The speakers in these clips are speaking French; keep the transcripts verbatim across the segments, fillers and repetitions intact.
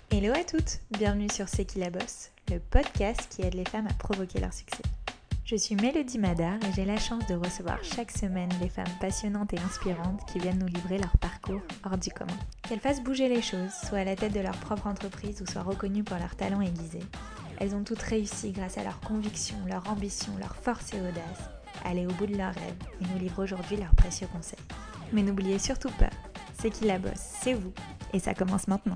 Hello à toutes, bienvenue sur C'est qui la bosse, le podcast qui aide les femmes à provoquer leur succès. Je suis Mélodie Madar et j'ai la chance de recevoir chaque semaine des femmes passionnantes et inspirantes qui viennent nous livrer leur parcours hors du commun. Qu'elles fassent bouger les choses, soit à la tête de leur propre entreprise ou soient reconnues pour leur talent aiguisé, elles ont toutes réussi grâce à leur conviction, leur ambition, leur force et audace à aller au bout de leurs rêves et nous livrent aujourd'hui leurs précieux conseils. Mais n'oubliez surtout pas, C'est qui la bosse, c'est vous, et ça commence maintenant.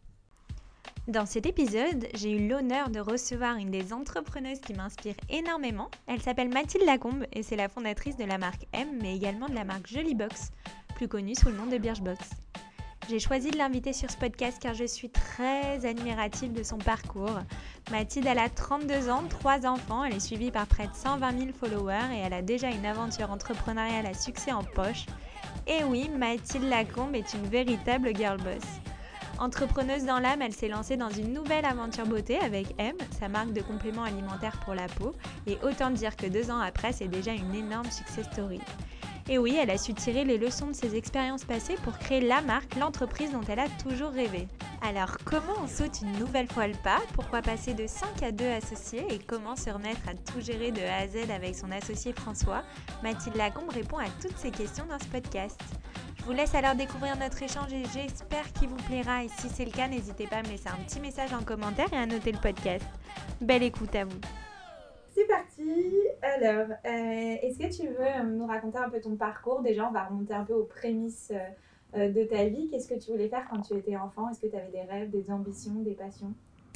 Dans cet épisode, j'ai eu l'honneur de recevoir une des entrepreneuses qui m'inspire énormément. Elle s'appelle Mathilde Lacombe et c'est la fondatrice de la marque M, mais également de la marque Jolly Box, plus connue sous le nom de Birchbox. J'ai choisi de l'inviter sur ce podcast car je suis très admirative de son parcours. Mathilde, elle a trente-deux ans, trois enfants, elle est suivie par près de cent vingt mille followers et elle a déjà une aventure entrepreneuriale à succès en poche. Et oui, Mathilde Lacombe est une véritable girl boss. Entrepreneuse dans l'âme, elle s'est lancée dans une nouvelle aventure beauté avec M, sa marque de compléments alimentaires pour la peau, et autant dire que deux ans après, c'est déjà une énorme success story. Et oui, elle a su tirer les leçons de ses expériences passées pour créer la marque, l'entreprise dont elle a toujours rêvé. Alors comment on saute une nouvelle fois le pas? Pourquoi passer de cinq à deux associés? Et comment se remettre à tout gérer de A à Z avec son associé François? Mathilde Lacombe répond à toutes ces questions dans ce podcast. Je vous laisse alors découvrir notre échange et j'espère qu'il vous plaira. Et si c'est le cas, n'hésitez pas à me laisser un petit message en commentaire et à noter le podcast. Belle écoute à vous. C'est parti. Alors, euh, est-ce que tu veux nous raconter un peu ton parcours? Déjà, on va remonter un peu aux prémices euh, de ta vie. Qu'est-ce que tu voulais faire quand tu étais enfant? Est-ce que tu avais des rêves, des ambitions, des passions?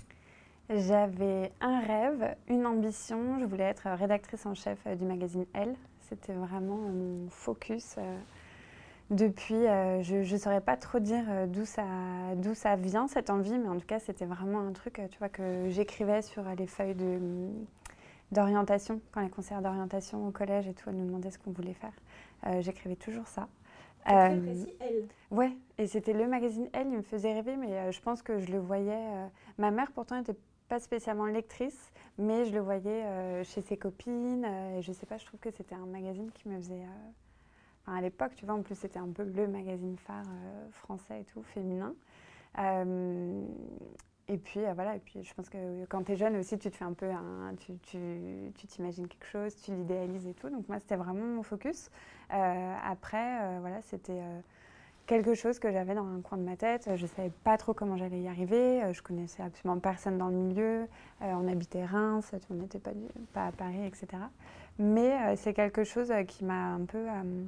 J'avais un rêve, une ambition. Je voulais être rédactrice en chef du magazine Elle. C'était vraiment mon focus. Depuis, euh, je ne saurais pas trop dire d'où ça, d'où ça vient, cette envie, mais en tout cas, c'était vraiment un truc tu vois, que j'écrivais sur les feuilles de, d'orientation, quand les conseillères d'orientation au collège et tout, elles nous demandaient ce qu'on voulait faire. Euh, j'écrivais toujours ça. C'est euh, très précis, Elle. Ouais, et c'était le magazine Elle, il me faisait rêver, mais euh, je pense que je le voyais... Euh, ma mère, pourtant, n'était pas spécialement lectrice, mais je le voyais euh, chez ses copines, euh, et je sais pas, je trouve que c'était un magazine qui me faisait... Euh, Enfin, à l'époque, tu vois, en plus, c'était un peu le magazine phare euh, français et tout, féminin. Euh, et puis, euh, voilà, et puis je pense que quand tu es jeune aussi, tu te fais un peu un, tu, tu, tu t'imagines quelque chose, tu l'idéalises et tout. Donc moi, c'était vraiment mon focus. Euh, après, euh, voilà, c'était euh, quelque chose que j'avais dans un coin de ma tête. Je ne savais pas trop comment j'allais y arriver. Je connaissais absolument personne dans le milieu. Euh, on habitait Reims, on n'était pas, pas à Paris, et cetera. Mais euh, c'est quelque chose qui m'a un peu... Euh,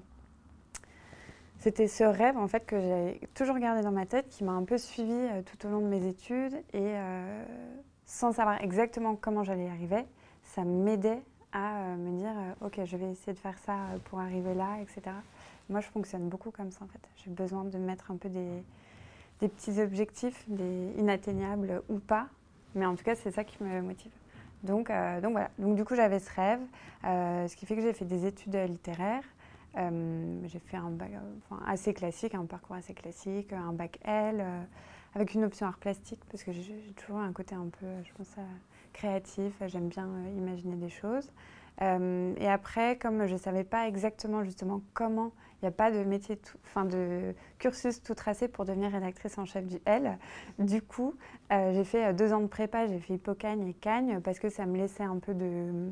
C'était ce rêve en fait que j'ai toujours gardé dans ma tête, qui m'a un peu suivi euh, tout au long de mes études et euh, sans savoir exactement comment j'allais y arriver, ça m'aidait à euh, me dire euh, ok, je vais essayer de faire ça pour arriver là, et cetera. Moi, je fonctionne beaucoup comme ça en fait. J'ai besoin de mettre un peu des, des petits objectifs, des inatteignables ou pas, mais en tout cas, c'est ça qui me motive. Donc, euh, donc voilà. Donc du coup, j'avais ce rêve, euh, ce qui fait que j'ai fait des études littéraires. Euh, j'ai fait un bac enfin, assez classique, un parcours assez classique, un bac L, euh, avec une option art plastique, parce que j'ai, j'ai toujours un côté un peu, je pense, euh, créatif, j'aime bien euh, imaginer des choses. Euh, et après, comme je ne savais pas exactement justement comment, il n'y a pas de métier, tout, enfin de cursus tout tracé pour devenir rédactrice en chef du L. Du coup, euh, j'ai fait deux ans de prépa, j'ai fait Hippocagne et Cagne, parce que ça me laissait un peu de...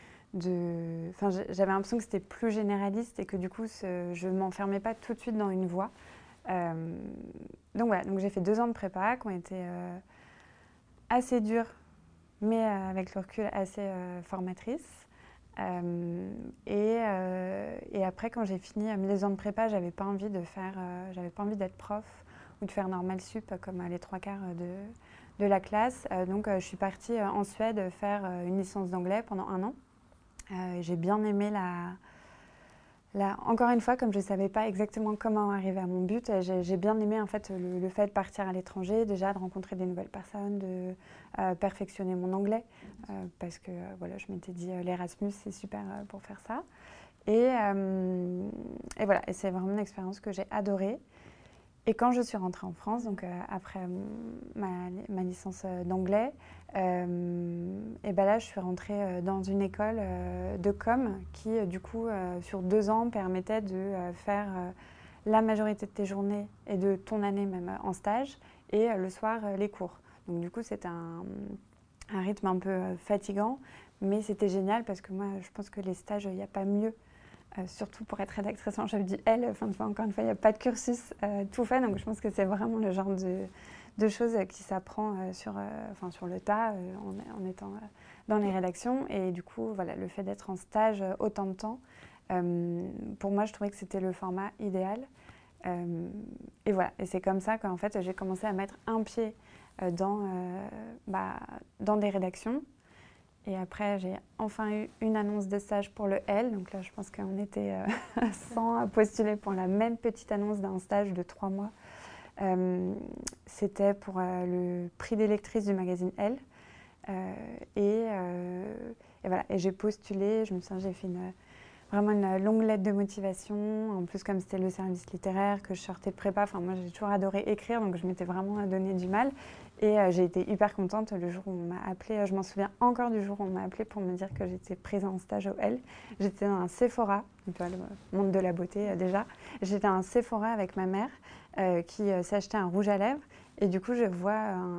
De... Enfin, j'avais l'impression que c'était plus généraliste et que du coup, ce... je ne m'enfermais pas tout de suite dans une voie. Euh... Donc voilà, donc j'ai fait deux ans de prépa qui ont été euh, assez durs, mais euh, avec le recul assez euh, formatrices. Euh, et, euh, et après, quand j'ai fini mes deux ans de prépa, j'avais pas envie de faire, euh, j'avais pas envie d'être prof ou de faire normal sup comme les trois quarts de, de la classe. Euh, donc, euh, je suis partie en Suède faire une licence d'anglais pendant un an. Euh, j'ai bien aimé la, la... Encore une fois, comme je ne savais pas exactement comment arriver à mon but, j'ai, j'ai bien aimé en fait, le, le fait de partir à l'étranger, déjà de rencontrer des nouvelles personnes, de euh, perfectionner mon anglais, euh, parce que euh, voilà, je m'étais dit euh, l'Erasmus, c'est super euh, pour faire ça. Et, euh, et voilà, et c'est vraiment une expérience que j'ai adorée. Et quand je suis rentrée en France, donc euh, après ma, ma licence d'anglais, euh, et ben là je suis rentrée euh, dans une école euh, de com qui euh, du coup euh, sur deux ans permettait de euh, faire euh, la majorité de tes journées et de ton année même en stage, et le soir, les cours. Donc du coup, c'était un, un rythme un peu fatigant, mais c'était génial parce que moi, je pense que les stages, il n'y a pas mieux. Euh, surtout pour être rédactrice en chef du L, enfin, tu vois, encore une fois, il n'y a pas de cursus euh, tout fait, donc je pense que c'est vraiment le genre de, de choses qui s'apprend euh, sur, euh, enfin, sur le tas euh, en, en étant euh, dans les rédactions. Et du coup, voilà, le fait d'être en stage euh, autant de temps, euh, pour moi, je trouvais que c'était le format idéal. Euh, et voilà, et c'est comme ça qu'en fait, j'ai commencé à mettre un pied euh, dans, euh, bah, dans des rédactions. Et après, j'ai enfin eu une annonce de stage pour le L. Donc là, je pense qu'on était euh, cent à postuler pour la même petite annonce d'un stage de trois mois. Euh, C'était pour euh, le prix des lectrices du magazine Elle. Euh, et, euh, et voilà, et j'ai postulé. Je me souviens, j'ai fait une, vraiment une longue lettre de motivation. En plus, comme c'était le service littéraire, que je sortais de prépa, enfin moi j'ai toujours adoré écrire, donc je m'étais vraiment donné du mal. Et euh, j'ai été hyper contente le jour où on m'a appelée. Je m'en souviens encore du jour où on m'a appelée pour me dire que j'étais prise en stage au L. J'étais dans un Sephora, tu vois, le monde de la beauté euh, déjà. J'étais dans un Sephora avec ma mère euh, qui euh, s'achetait un rouge à lèvres. Et du coup, je vois un,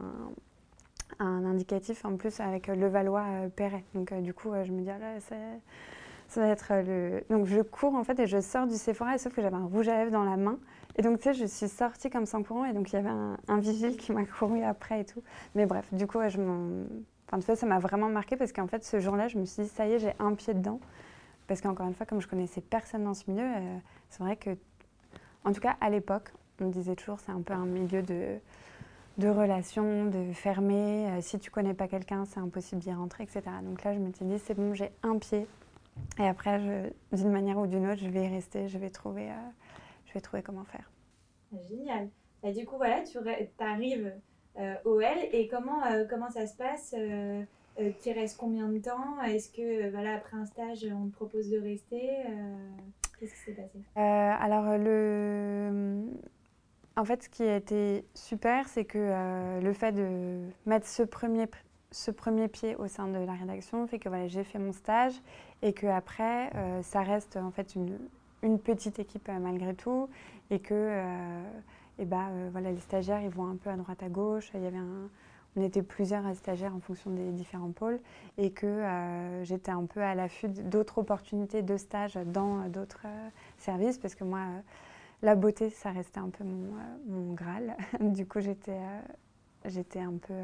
un indicatif en plus avec Levallois-Perret. Donc euh, du coup, euh, je me dis, ah là, c'est... Ça va être le... Donc je cours en fait et je sors du Sephora, et sauf que j'avais un rouge à lèvres dans la main. Et donc tu sais, je suis sortie comme ça en courant, et donc il y avait un, un vigile qui m'a couru après et tout. Mais bref, du coup, ouais, je m'en... Enfin, tu vois, ça m'a vraiment marqué parce qu'en fait, ce jour-là, je me suis dit, ça y est, j'ai un pied dedans. Parce qu'encore une fois, comme je connaissais personne dans ce milieu, euh, c'est vrai que, en tout cas à l'époque, on me disait toujours, c'est un peu un milieu de, de relations, de fermé. Euh, si tu connais pas quelqu'un, c'est impossible d'y rentrer, et cetera. Donc là, je me suis dit, c'est bon, j'ai un pied. Et après, je, d'une manière ou d'une autre, je vais y rester, je vais trouver, euh, je vais trouver comment faire. Génial. Et du coup, voilà, tu arrives euh, au L, et comment, euh, comment ça se passe euh, euh, Tu restes combien de temps? Est-ce que, euh, voilà, après un stage, on te propose de rester euh, Qu'est-ce qui s'est passé euh, Alors, le... en fait, ce qui a été super, c'est que euh, le fait de mettre ce premier, ce premier pied au sein de la rédaction fait que voilà, j'ai fait mon stage, et qu'après, euh, ça reste en fait une, une petite équipe euh, malgré tout, et que euh, et bah, euh, voilà, les stagiaires ils vont un peu à droite à gauche. Il y avait un, on était plusieurs stagiaires en fonction des différents pôles, et que euh, j'étais un peu à l'affût d'autres opportunités de stage dans d'autres euh, services, parce que moi, euh, la beauté, ça restait un peu mon, euh, mon Graal. Du coup, j'étais euh, j'étais un peu euh,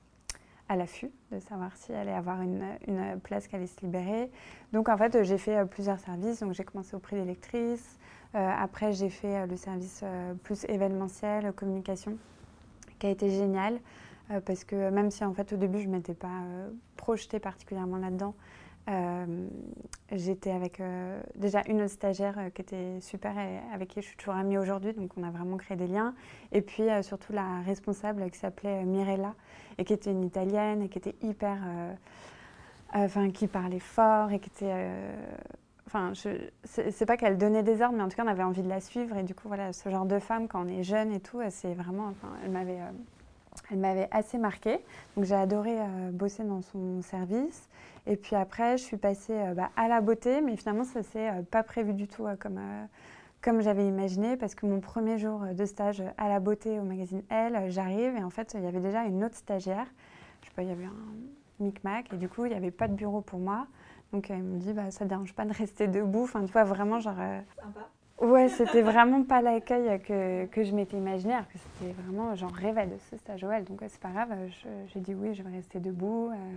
à l'affût de savoir s'il allait avoir une, une place qui allait se libérer. Donc, en fait, j'ai fait euh, plusieurs services. Donc, j'ai commencé au prix des lectrices. Euh, après, j'ai fait euh, le service euh, plus événementiel, communication, qui a été génial. Euh, parce que même si, en fait, au début, je ne m'étais pas euh, projetée particulièrement là-dedans, Euh, j'étais avec euh, déjà une autre stagiaire euh, qui était super et avec qui je suis toujours amie aujourd'hui, donc on a vraiment créé des liens. Et puis euh, surtout la responsable qui s'appelait euh, Mirella, et qui était une italienne et qui était hyper, euh, enfin euh, qui parlait fort et qui était, enfin euh, c'est pas qu'elle donnait des ordres, mais en tout cas on avait envie de la suivre. Et du coup voilà, ce genre de femme quand on est jeune et tout, c'est vraiment, enfin elle m'avait euh, Elle m'avait assez marquée, donc j'ai adoré euh, bosser dans son service. Et puis après, je suis passée euh, bah, à la beauté, mais finalement, ça ne s'est euh, pas prévu du tout euh, comme, euh, comme j'avais imaginé, parce que mon premier jour de stage à la beauté au magazine Elle, euh, j'arrive, et en fait, il y avait déjà une autre stagiaire. Je sais pas, il y avait un micmac, et du coup, il n'y avait pas de bureau pour moi. Donc, euh, ils m'ont dit, bah, ça ne dérange pas de rester debout. Enfin, tu vois, vraiment, genre... Euh, Sympa. Ouais, c'était vraiment pas l'accueil que, que je m'étais imaginé, alors que c'était vraiment, j'en rêvais de ce stage O L, donc ouais, c'est pas grave, j'ai dit oui, je vais rester debout. Euh.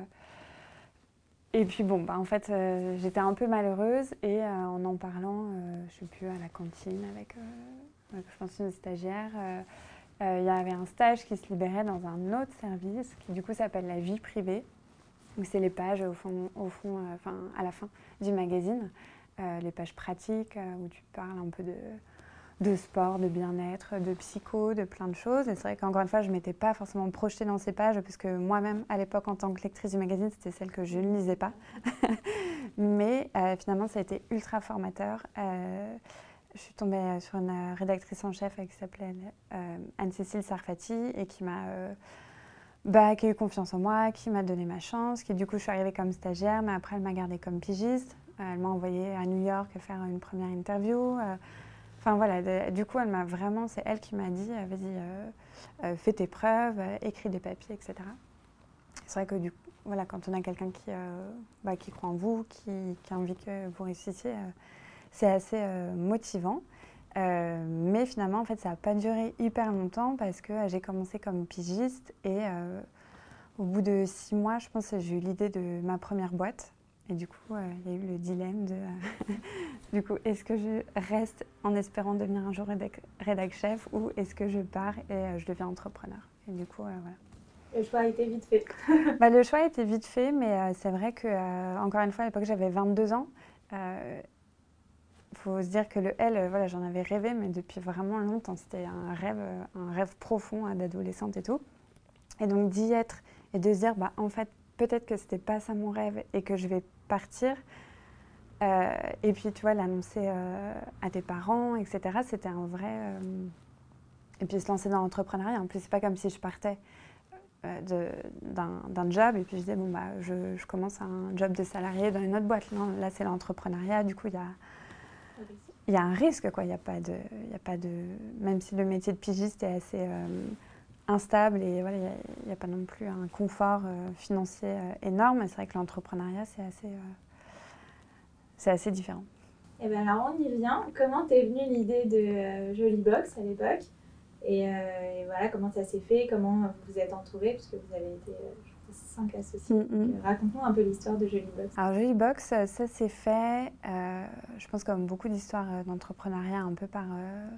Et puis bon, bah, en fait, euh, j'étais un peu malheureuse, et euh, en en parlant, euh, je suis plus à la cantine avec, euh, avec je pense, une stagiaire. Il euh, euh, y avait un stage qui se libérait dans un autre service, qui du coup s'appelle la vie privée, où c'est les pages au fond, au fond euh, enfin, à la fin du magazine. Euh, les pages pratiques euh, où tu parles un peu de, de sport, de bien-être, de psycho, de plein de choses. Et c'est vrai qu'encore une fois, je ne m'étais pas forcément projetée dans ces pages, parce que moi-même, à l'époque, en tant que lectrice du magazine, c'était celle que je ne lisais pas. Mais euh, finalement, ça a été ultra formateur. Euh, je suis tombée sur une rédactrice en chef qui s'appelait euh, Anne-Cécile Sarfati, et qui m'a... Euh, Bah, qui a eu confiance en moi, qui m'a donné ma chance, qui du coup je suis arrivée comme stagiaire, mais après elle m'a gardée comme pigiste. Euh, elle m'a envoyée à New York faire une première interview. Euh, Enfin voilà, de, du coup, elle m'a vraiment, c'est elle qui m'a dit, euh, vas-y, euh, euh, fais tes preuves, euh, écris des papiers, et cetera. C'est vrai que du coup, voilà, quand on a quelqu'un qui, euh, bah, qui croit en vous, qui, qui a envie que vous réussissiez, euh, c'est assez euh, motivant. Euh, mais finalement, en fait, ça n'a pas duré hyper longtemps parce que euh, j'ai commencé comme pigiste et euh, au bout de six mois, je pense que j'ai eu l'idée de ma première boîte. Et du coup, euh, il y a eu le dilemme de, euh, du coup, est-ce que je reste en espérant devenir un jour rédac, rédac chef ou est-ce que je pars et euh, je deviens entrepreneur. Et du coup, euh, voilà. Le choix a été vite fait. Bah, le choix a été vite fait, mais euh, c'est vrai que, euh, encore une fois, à l'époque, j'avais vingt-deux ans. Il euh, faut se dire que le L, euh, voilà, j'en avais rêvé, mais depuis vraiment longtemps. C'était un rêve, euh, un rêve profond hein, d'adolescente et tout. Et donc d'y être et de se dire, bah, en fait, peut-être que c'était pas ça mon rêve et que je vais partir. Euh, et puis, tu vois, l'annoncer euh, à tes parents, et cetera, c'était un vrai... Euh... Et puis se lancer dans l'entrepreneuriat. En plus, c'est pas comme si je partais euh, d'un job et puis je disais, bon, bah, je, je commence un job de salarié dans une autre boîte. Non, là, c'est l'entrepreneuriat. Du coup, il y a... Il y a un risque, quoi. Il y a pas de, il y a pas de, même si le métier de pigiste est assez euh, instable et voilà, il n'y a, a pas non plus un confort euh, financier euh, énorme. C'est vrai que l'entrepreneuriat, c'est assez, euh, c'est assez différent. Et bien alors on y vient. Comment t'es venue l'idée de euh, Jolie Box à l'époque et, euh, et voilà, comment ça s'est fait, comment vous vous êtes entourés, puisque vous avez été euh, cinq associés. Mm -hmm. Donc, euh, raconte-nous un peu l'histoire de Jolie Box. Alors Jolie Box, ça s'est fait, euh, je pense comme beaucoup d'histoires d'entrepreneuriat, un peu par... Euh,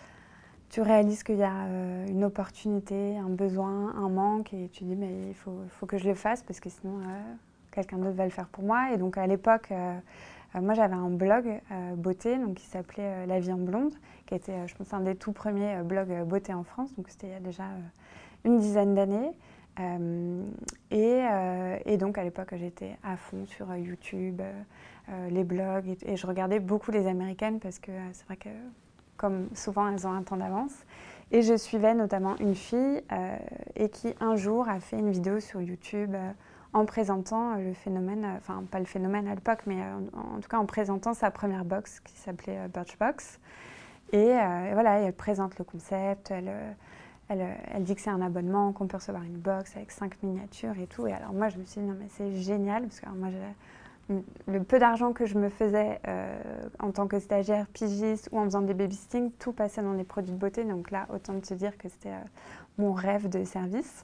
tu réalises qu'il y a euh, une opportunité, un besoin, un manque, et tu dis mais il faut, faut que je le fasse parce que sinon euh, quelqu'un d'autre va le faire pour moi. Et donc à l'époque, euh, euh, moi j'avais un blog euh, beauté donc, qui s'appelait euh, La Vie en Blonde, qui était, euh, je pense, un des tout premiers euh, blogs euh, beauté en France. Donc c'était il y a déjà euh, une dizaine d'années. Euh, et, euh, et donc à l'époque j'étais à fond sur euh, YouTube, euh, les blogs, et, et je regardais beaucoup les américaines parce que euh, c'est vrai que comme souvent elles ont un temps d'avance. Et je suivais notamment une fille euh, et qui un jour a fait une vidéo sur YouTube euh, en présentant le phénomène, euh, enfin pas le phénomène à l'époque, mais euh, en, en tout cas en présentant sa première box qui s'appelait euh, Birchbox. Et, euh, et voilà, elle présente le concept, elle, elle, elle dit que c'est un abonnement, qu'on peut recevoir une box avec cinq miniatures et tout. Et alors moi je me suis dit non mais c'est génial parce que alors, moi j'ai le peu d'argent que je me faisais euh, en tant que stagiaire, pigiste ou en faisant des babysitting, tout passait dans les produits de beauté. Donc là, autant te dire que c'était euh, mon rêve de service.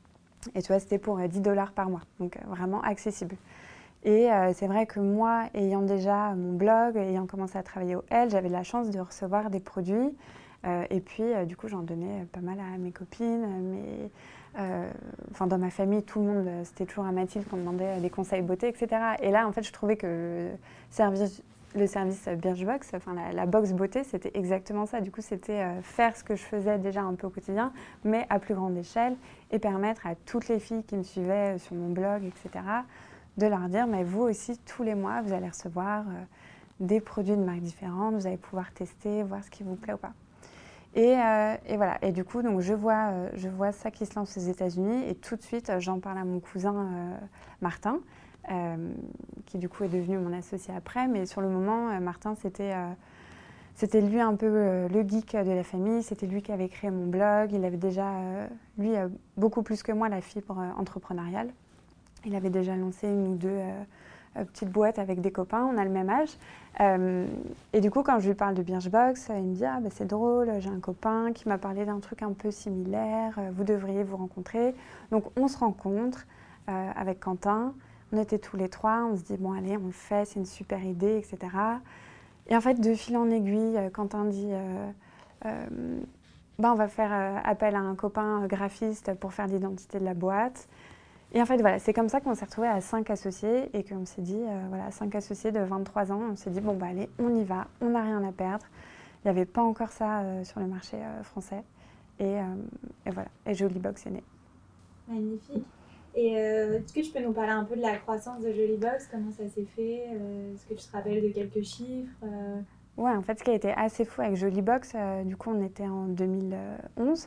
Et tu vois, c'était pour euh, dix dollars par mois, donc euh, vraiment accessible. Et euh, c'est vrai que moi, ayant déjà mon blog, ayant commencé à travailler au L, j'avais la chance de recevoir des produits. Euh, et puis, euh, du coup, j'en donnais pas mal à mes copines, mes... Euh, enfin, dans ma famille, tout le monde, c'était toujours à Mathilde qu'on demandait des conseils beauté, et cetera. Et là, en fait, je trouvais que le service, le service Birchbox, enfin la, la box beauté, c'était exactement ça. Du coup, c'était euh, faire ce que je faisais déjà un peu au quotidien, mais à plus grande échelle, et permettre à toutes les filles qui me suivaient sur mon blog, et cetera, de leur dire, mais vous aussi, tous les mois, vous allez recevoir euh, des produits de marques différentes, vous allez pouvoir tester, voir ce qui vous plaît ou pas. Et, euh, et voilà, et du coup, donc, je, vois, euh, je vois ça qui se lance aux États-Unis et tout de suite, euh, j'en parle à mon cousin euh, Martin, euh, qui du coup est devenu mon associé après. Mais sur le moment, euh, Martin, c'était euh, c'était lui un peu euh, le geek de la famille, c'était lui qui avait créé mon blog. Il avait déjà, euh, lui, euh, beaucoup plus que moi, la fibre euh, entrepreneuriale. Il avait déjà lancé une ou deux euh, euh, petites boîtes avec des copains, on a le même âge. Euh, et du coup, quand je lui parle de Birchbox, il me dit « Ah, bah, c'est drôle, j'ai un copain qui m'a parlé d'un truc un peu similaire, vous devriez vous rencontrer. » Donc, on se rencontre euh, avec Quentin. On était tous les trois, on se dit « Bon, allez, on le fait, c'est une super idée, et cetera » Et en fait, de fil en aiguille, Quentin dit euh, euh, bah, « On va faire euh, appel à un copain graphiste pour faire l'identité de la boîte. » Et en fait, voilà, c'est comme ça qu'on s'est retrouvés à cinq associés et qu'on s'est dit, euh, voilà, cinq associés de vingt-trois ans, on s'est dit, bon, bah allez, on y va, on n'a rien à perdre. Il n'y avait pas encore ça euh, sur le marché euh, français. Et, euh, et voilà, et Jolie Box est née. Magnifique. Et euh, est-ce que tu peux nous parler un peu de la croissance de Jolie Box, comment ça s'est fait, euh, est-ce que tu te rappelles de quelques chiffres euh... Ouais, en fait, ce qui a été assez fou avec Jolie Box, euh, du coup, on était en deux mille onze.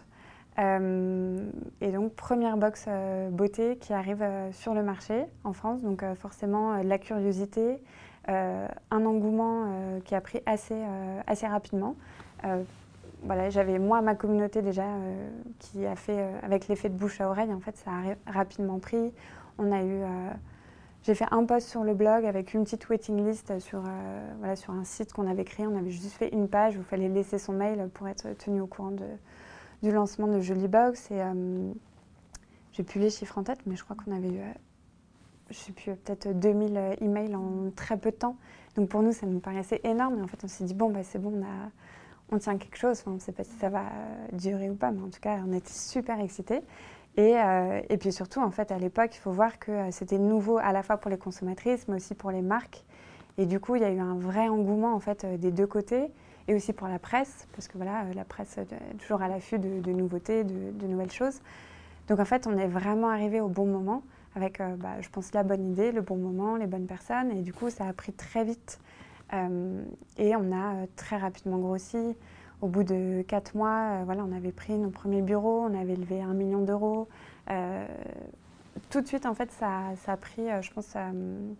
Euh, et donc, première box euh, beauté qui arrive euh, sur le marché en France. Donc, euh, forcément, euh, la curiosité, euh, un engouement euh, qui a pris assez, euh, assez rapidement. Euh, voilà, j'avais moi ma communauté déjà euh, qui a fait, euh, avec l'effet de bouche à oreille, en fait ça a rapidement pris. On a eu, euh, j'ai fait un post sur le blog avec une petite waiting list sur, euh, voilà, sur un site qu'on avait créé. On avait juste fait une page où il fallait laisser son mail pour être tenu au courant de, du lancement de Jolibox. Et euh, j'ai plus les chiffres en tête, mais je crois qu'on avait eu, euh, je sais plus, peut-être deux mille emails en très peu de temps. Donc pour nous, ça nous paraissait énorme. Et en fait, on s'est dit, bon, bah, c'est bon, on, a, on tient quelque chose. Enfin, on ne sait pas si ça va durer ou pas, mais en tout cas, on était super excités. Et, euh, et puis surtout, en fait, à l'époque, il faut voir que euh, c'était nouveau à la fois pour les consommatrices, mais aussi pour les marques. Et du coup, il y a eu un vrai engouement en fait, euh, des deux côtés, et aussi pour la presse, parce que voilà, euh, la presse est toujours à l'affût de, de nouveautés, de, de nouvelles choses. Donc en fait, on est vraiment arrivé au bon moment, avec, euh, bah, je pense, la bonne idée, le bon moment, les bonnes personnes. Et du coup, ça a pris très vite. Euh, et on a euh, très rapidement grossi. Au bout de quatre mois, euh, voilà, on avait pris nos premiers bureaux, on avait levé un million d'euros. Euh, tout de suite, en fait, ça, ça a pris, euh, je pense, euh,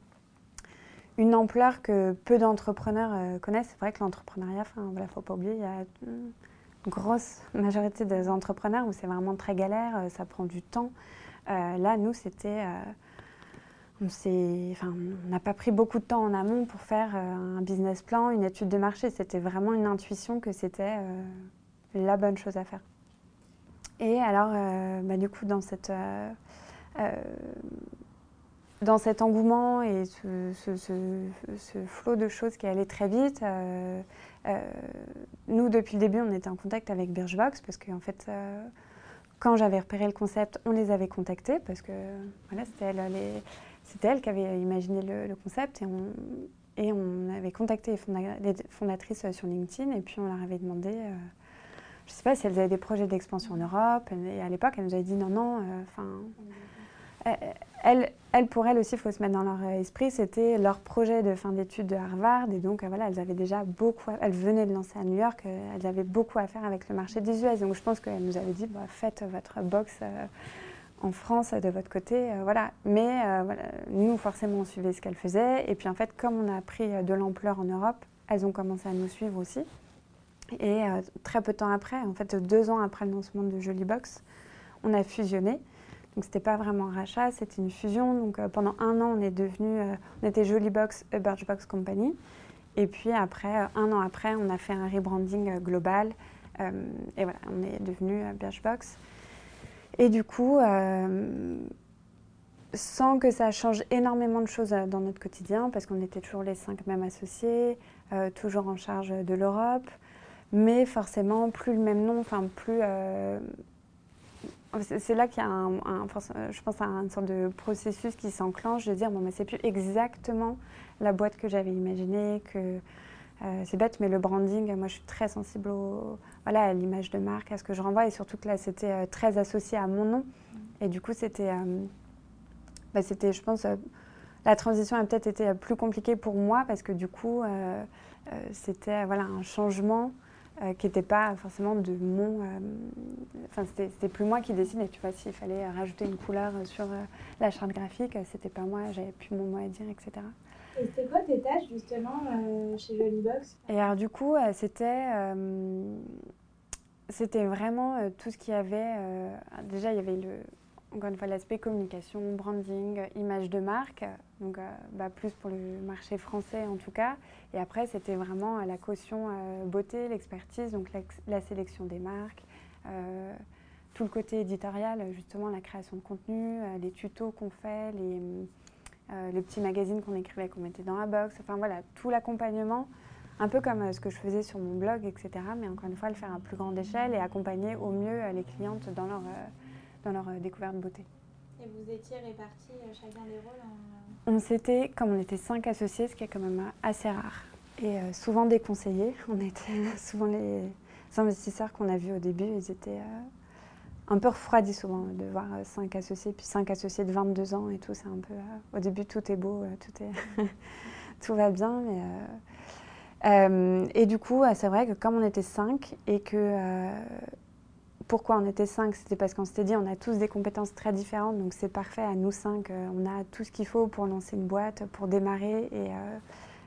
une ampleur que peu d'entrepreneurs euh, connaissent. C'est vrai que l'entrepreneuriat, il voilà, ne faut pas oublier, il y a une grosse majorité des entrepreneurs où c'est vraiment très galère, euh, ça prend du temps. Euh, là, nous, c'était... Euh, On enfin, n'a pas pris beaucoup de temps en amont pour faire euh, un business plan, une étude de marché. C'était vraiment une intuition que c'était euh, la bonne chose à faire. Et alors, euh, bah, du coup, dans, cette, euh, euh, dans cet engouement et ce, ce, ce, ce flot de choses qui allait très vite, euh, euh, nous, depuis le début, on était en contact avec Birchbox parce qu'en fait, euh, quand j'avais repéré le concept, on les avait contactés parce que voilà, c'était elle, les, c'était elle qui avait imaginé le, le concept et on, et on avait contacté les, fonda les fondatrices sur LinkedIn et puis on leur avait demandé, euh, je ne sais pas si elles avaient des projets d'expansion en Europe. Et à l'époque, elles nous avaient dit non, non, enfin... Euh, elles, elles, pour elles aussi, il faut se mettre dans leur esprit, c'était leur projet de fin d'études de Harvard. Et donc, euh, voilà, elles avaient déjà beaucoup, à, elles venaient de lancer à New York, euh, elles avaient beaucoup à faire avec le marché des U S. Donc, je pense qu'elles nous avaient dit, bah, faites votre box euh, en France de votre côté, euh, voilà. Mais euh, voilà, nous, forcément, on suivait ce qu'elles faisaient. Et puis, en fait, comme on a pris de l'ampleur en Europe, elles ont commencé à nous suivre aussi. Et euh, très peu de temps après, en fait, deux ans après le lancement de Jolibox, on a fusionné. Donc c'était pas vraiment un rachat, c'était une fusion. Donc euh, pendant un an, on est devenu, euh, on était Jolibox, a Birchbox Company. Et puis après, euh, un an après, on a fait un rebranding euh, global. Euh, et voilà, on est devenu euh, Birchbox. Et du coup, euh, sans que ça change énormément de choses dans notre quotidien, parce qu'on était toujours les cinq mêmes associés, euh, toujours en charge de l'Europe, mais forcément plus le même nom, enfin plus... Euh, c'est là qu'il y a, un, un, je pense, une sorte de processus qui s'enclenche de dire bon, mais c'est plus exactement la boîte que j'avais imaginée, que euh, c'est bête, mais le branding, moi, je suis très sensible au, voilà, à l'image de marque, à ce que je renvoie, et surtout que là, c'était euh, très associé à mon nom, et du coup, c'était, euh, bah, c'était, je pense, euh, la transition a peut-être été plus compliquée pour moi parce que du coup, euh, euh, c'était voilà un changement. Euh, qui n'était pas forcément de mon... Euh, enfin, c'était plus moi qui décidais, tu vois, s'il fallait rajouter une couleur sur euh, la charte graphique, c'était pas moi, j'avais plus mon mot à dire, et cetera. Et c'était quoi tes tâches, justement, euh, chez Jolibox? Et alors, du coup, euh, c'était... Euh, c'était vraiment euh, tout ce qu'il y avait... Euh, déjà, il y avait le... Encore une fois, l'aspect communication, branding, image de marque, donc euh, bah, plus pour le marché français en tout cas. Et après, c'était vraiment la caution euh, beauté, l'expertise, donc la, la sélection des marques, euh, tout le côté éditorial, justement la création de contenu, euh, les tutos qu'on fait, les, euh, les petits magazines qu'on écrivait, qu'on mettait dans la box, enfin voilà, tout l'accompagnement, un peu comme euh, ce que je faisais sur mon blog, et cetera. Mais encore une fois, le faire à plus grande échelle et accompagner au mieux euh, les clientes dans leur... Euh, dans leur euh, découverte beauté. Et vous étiez répartis euh, chacun des rôles en... On s'était, comme on était cinq associés, ce qui est quand même assez rare, et euh, souvent déconseillé. On était souvent les investisseurs qu'on a vus au début, ils étaient euh, un peu refroidis souvent de voir euh, cinq associés, puis cinq associés de vingt-deux ans et tout, c'est un peu... Euh, au début, tout est beau, euh, tout, est tout va bien, mais... Euh, euh, et du coup, c'est vrai que comme on était cinq et que... Euh, Pourquoi on était cinq? C'était parce qu'on s'était dit on a tous des compétences très différentes, donc c'est parfait à nous cinq. Euh, on a tout ce qu'il faut pour lancer une boîte, pour démarrer et, euh,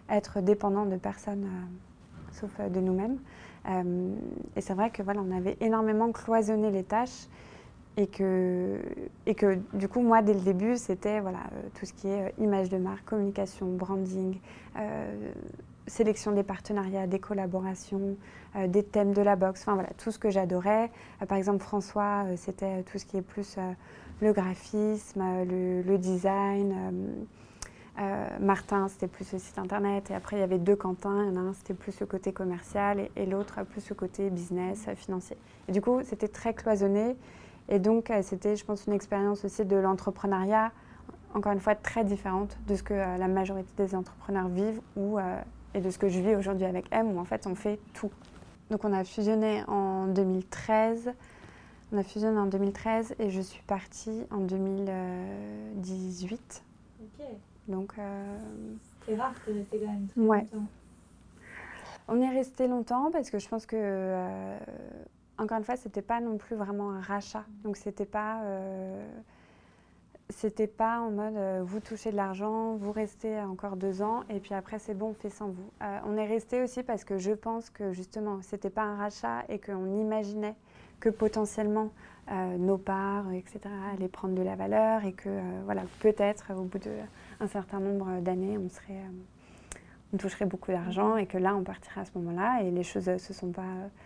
être dépendant de personne, euh, sauf euh, de nous-mêmes. Euh, et c'est vrai que voilà, on avait énormément cloisonné les tâches et que, et que du coup, moi, dès le début, c'était voilà, euh, tout ce qui est euh, image de marque, communication, branding, euh, sélection des partenariats, des collaborations, euh, des thèmes de la boxe, enfin voilà, tout ce que j'adorais. Euh, par exemple, François, euh, c'était tout ce qui est plus euh, le graphisme, euh, le, le design. Euh, euh, Martin, c'était plus le site internet. Et après, il y avait deux Quentin. Il y en a un, c'était plus le côté commercial et, et l'autre, plus le côté business, euh, financier. Et du coup, c'était très cloisonné. Et donc, euh, c'était, je pense, une expérience aussi de l'entrepreneuriat, encore une fois, très différente de ce que euh, la majorité des entrepreneurs vivent ou, euh, et de ce que je vis aujourd'hui avec M, où en fait, on fait tout. Donc, on a fusionné en deux mille treize. On a fusionné en deux mille treize et je suis partie en deux mille dix-huit. Ok. Donc, euh... c'est rare de rester quand même très ouais. longtemps. On est resté longtemps parce que je pense que, euh, encore une fois, c'était pas non plus vraiment un rachat. Donc, c'était pas, euh, c'était pas en mode euh, vous touchez de l'argent, vous restez encore deux ans et puis après c'est bon, on fait sans vous. Euh, on est resté aussi parce que je pense que justement, c'était pas un rachat et qu'on imaginait que potentiellement euh, nos parts, et cetera, allaient prendre de la valeur et que euh, voilà, peut-être au bout d'un certain nombre d'années, on serait euh, on toucherait beaucoup d'argent et que là, on partirait à ce moment-là. Et les choses ne se sont pas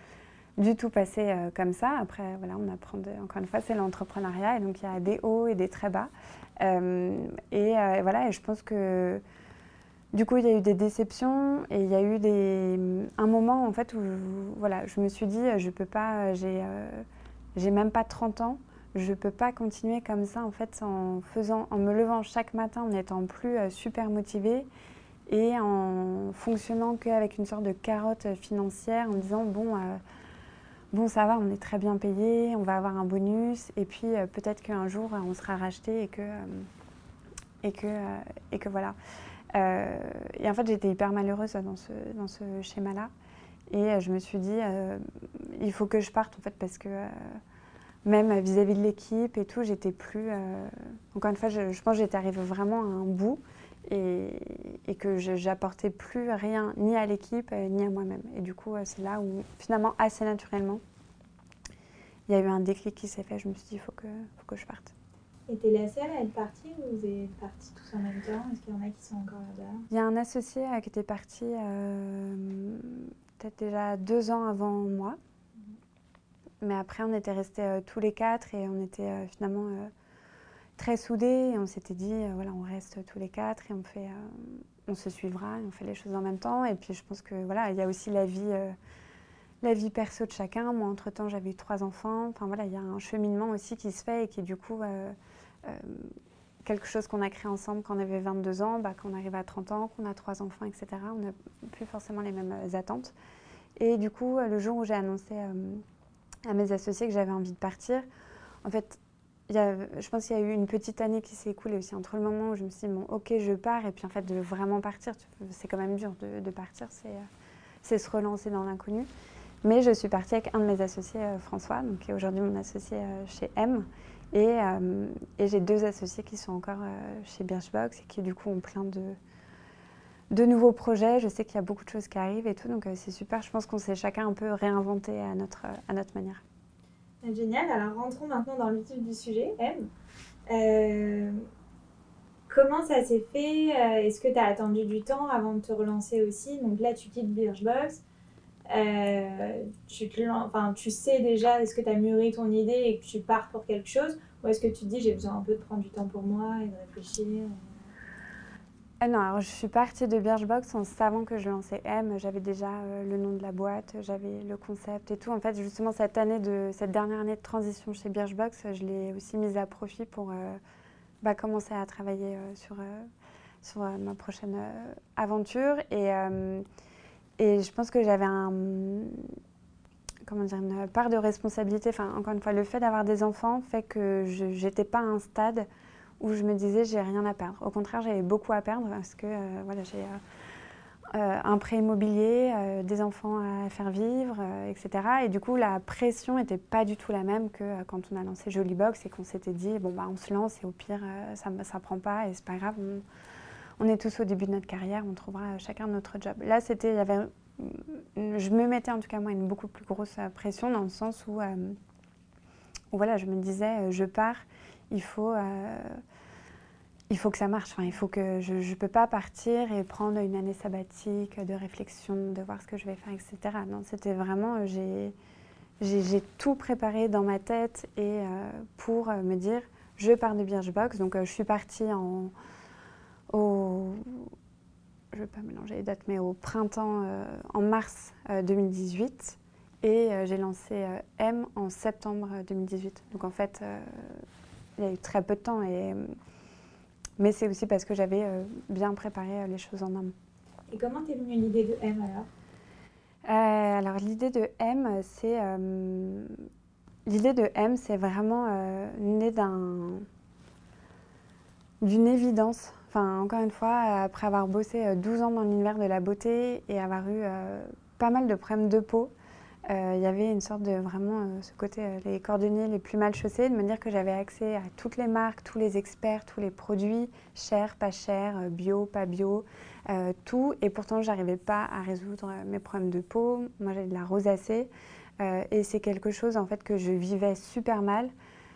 du tout passées euh, comme ça. Après, voilà, on apprend, de, encore une fois, c'est l'entrepreneuriat. Et donc, il y a des hauts et des très bas. Euh, et euh, voilà, et je pense que du coup, il y a eu des déceptions et il y a eu des, un moment, en fait, où voilà, je me suis dit, je peux pas, j'ai euh, j'ai même pas trente ans. Je ne peux pas continuer comme ça, en fait, en, faisant, en me levant chaque matin, en étant plus euh, super motivée et en fonctionnant qu'avec une sorte de carotte financière, en me disant bon, euh, bon ça va, on est très bien payé, on va avoir un bonus, et puis euh, peut-être qu'un jour on sera racheté et que, euh, et que, euh, et que voilà. Euh, et en fait j'étais hyper malheureuse dans ce, dans ce schéma-là, et euh, je me suis dit euh, il faut que je parte en fait parce que euh, même vis-à-vis de l'équipe et tout, j'étais plus. Euh, encore une fois, je, je pense que j'étais arrivée vraiment à un bout et, et que je n'apportais plus rien ni à l'équipe euh, ni à moi-même. Et du coup, euh, c'est là où, finalement, assez naturellement, il y a eu un déclic qui s'est fait. Je me suis dit, il faut que, faut que je parte. Et t'es la seule à être partie ou vous êtes partis tous en même temps? Est-ce qu'il y en a qui sont encore là-bas? Il y a un associé euh, qui était parti euh, peut-être déjà deux ans avant moi. Mais après, on était restés euh, tous les quatre et on était euh, finalement euh, très soudés. Et on s'était dit, euh, voilà, on reste tous les quatre et on, fait, euh, on se suivra et on fait les choses en même temps. Et puis, je pense que voilà, il y a aussi la vie, euh, la vie perso de chacun. Moi, entre-temps, j'avais eu trois enfants. Enfin, voilà, il y a un cheminement aussi qui se fait et qui, du coup, euh, euh, quelque chose qu'on a créé ensemble quand on avait vingt-deux ans, bah, quand on arrive à trente ans, qu'on a trois enfants, et cetera. On n'a plus forcément les mêmes euh, attentes. Et du coup, le jour où j'ai annoncé euh, à mes associés que j'avais envie de partir, en fait, il y a, je pense qu'il y a eu une petite année qui s'est écoulée aussi entre le moment où je me suis dit, bon, ok, je pars, et puis en fait, de vraiment partir, c'est quand même dur de, de partir, c'est, c'est se relancer dans l'inconnu. Mais je suis partie avec un de mes associés, euh, François, donc, qui est aujourd'hui mon associé euh, chez M. Et, euh, et j'ai deux associés qui sont encore euh, chez Birchbox et qui, du coup, ont plein de, de nouveaux projets. Je sais qu'il y a beaucoup de choses qui arrivent et tout, donc euh, c'est super. Je pense qu'on s'est chacun un peu réinventé à notre, à notre manière. Génial, alors rentrons maintenant dans le vif du sujet. M, euh, comment ça s'est fait? Est-ce que tu as attendu du temps avant de te relancer aussi? Donc là, tu quittes Birchbox. Euh, tu, te, enfin, tu sais déjà, est-ce que tu as mûri ton idée et que tu pars pour quelque chose? Ou est-ce que tu te dis, j'ai besoin un peu de prendre du temps pour moi et de réfléchir? Euh, non, alors je suis partie de Birchbox en savant que je lançais M. J'avais déjà euh, le nom de la boîte, j'avais le concept et tout. En fait, justement, cette année de, cette dernière année de transition chez Birchbox, je l'ai aussi mise à profit pour euh, bah, commencer à travailler euh, sur, euh, sur euh, ma prochaine euh, aventure. Et, euh, et je pense que j'avais un, comment dire, une part de responsabilité. Enfin, encore une fois, le fait d'avoir des enfants fait que je n'étais pas à un stade où je me disais j'ai rien à perdre. Au contraire, j'avais beaucoup à perdre parce que euh, voilà, j'ai euh, euh, un prêt immobilier, euh, des enfants à faire vivre, euh, et cetera. Et du coup, la pression n'était pas du tout la même que euh, quand on a lancé Jolibox et qu'on s'était dit bon bah on se lance et au pire euh, ça ne prend pas et c'est pas grave, on, on est tous au début de notre carrière, on trouvera chacun notre job. Là, c'était, il y avait, je me mettais en tout cas moi une beaucoup plus grosse pression dans le sens où, euh, où voilà, je me disais, je pars, il faut, euh, il faut que ça marche. Enfin, il faut que je ne peux pas partir et prendre une année sabbatique de réflexion, de voir ce que je vais faire, et cetera. Non, c'était vraiment, j'ai, j'ai, j'ai tout préparé dans ma tête et euh, pour me dire, je pars de Birchbox. Donc, euh, je suis partie en, au, je ne vais pas mélanger les dates, mais au printemps, euh, en mars euh, deux mille dix-huit. Et euh, j'ai lancé euh, M en septembre deux mille dix-huit. Donc, en fait, euh, il y a eu très peu de temps. Et, mais c'est aussi parce que j'avais euh, bien préparé euh, les choses en amont. Et comment t'es venue l'idée de M alors euh, Alors l'idée de M, c'est euh, l'idée de M, c'est vraiment euh, né d'un d'une évidence. Enfin, encore une fois, après avoir bossé douze ans dans l'univers de la beauté et avoir eu euh, pas mal de problèmes de peau, il euh, y avait une sorte de vraiment euh, ce côté, euh, les cordonniers les plus mal chaussés, de me dire que j'avais accès à toutes les marques, tous les experts, tous les produits, chers, pas chers, bio, pas bio, euh, tout. Et pourtant, je n'arrivais pas à résoudre mes problèmes de peau. Moi, j'ai de la rosacée euh, et c'est quelque chose en fait que je vivais super mal.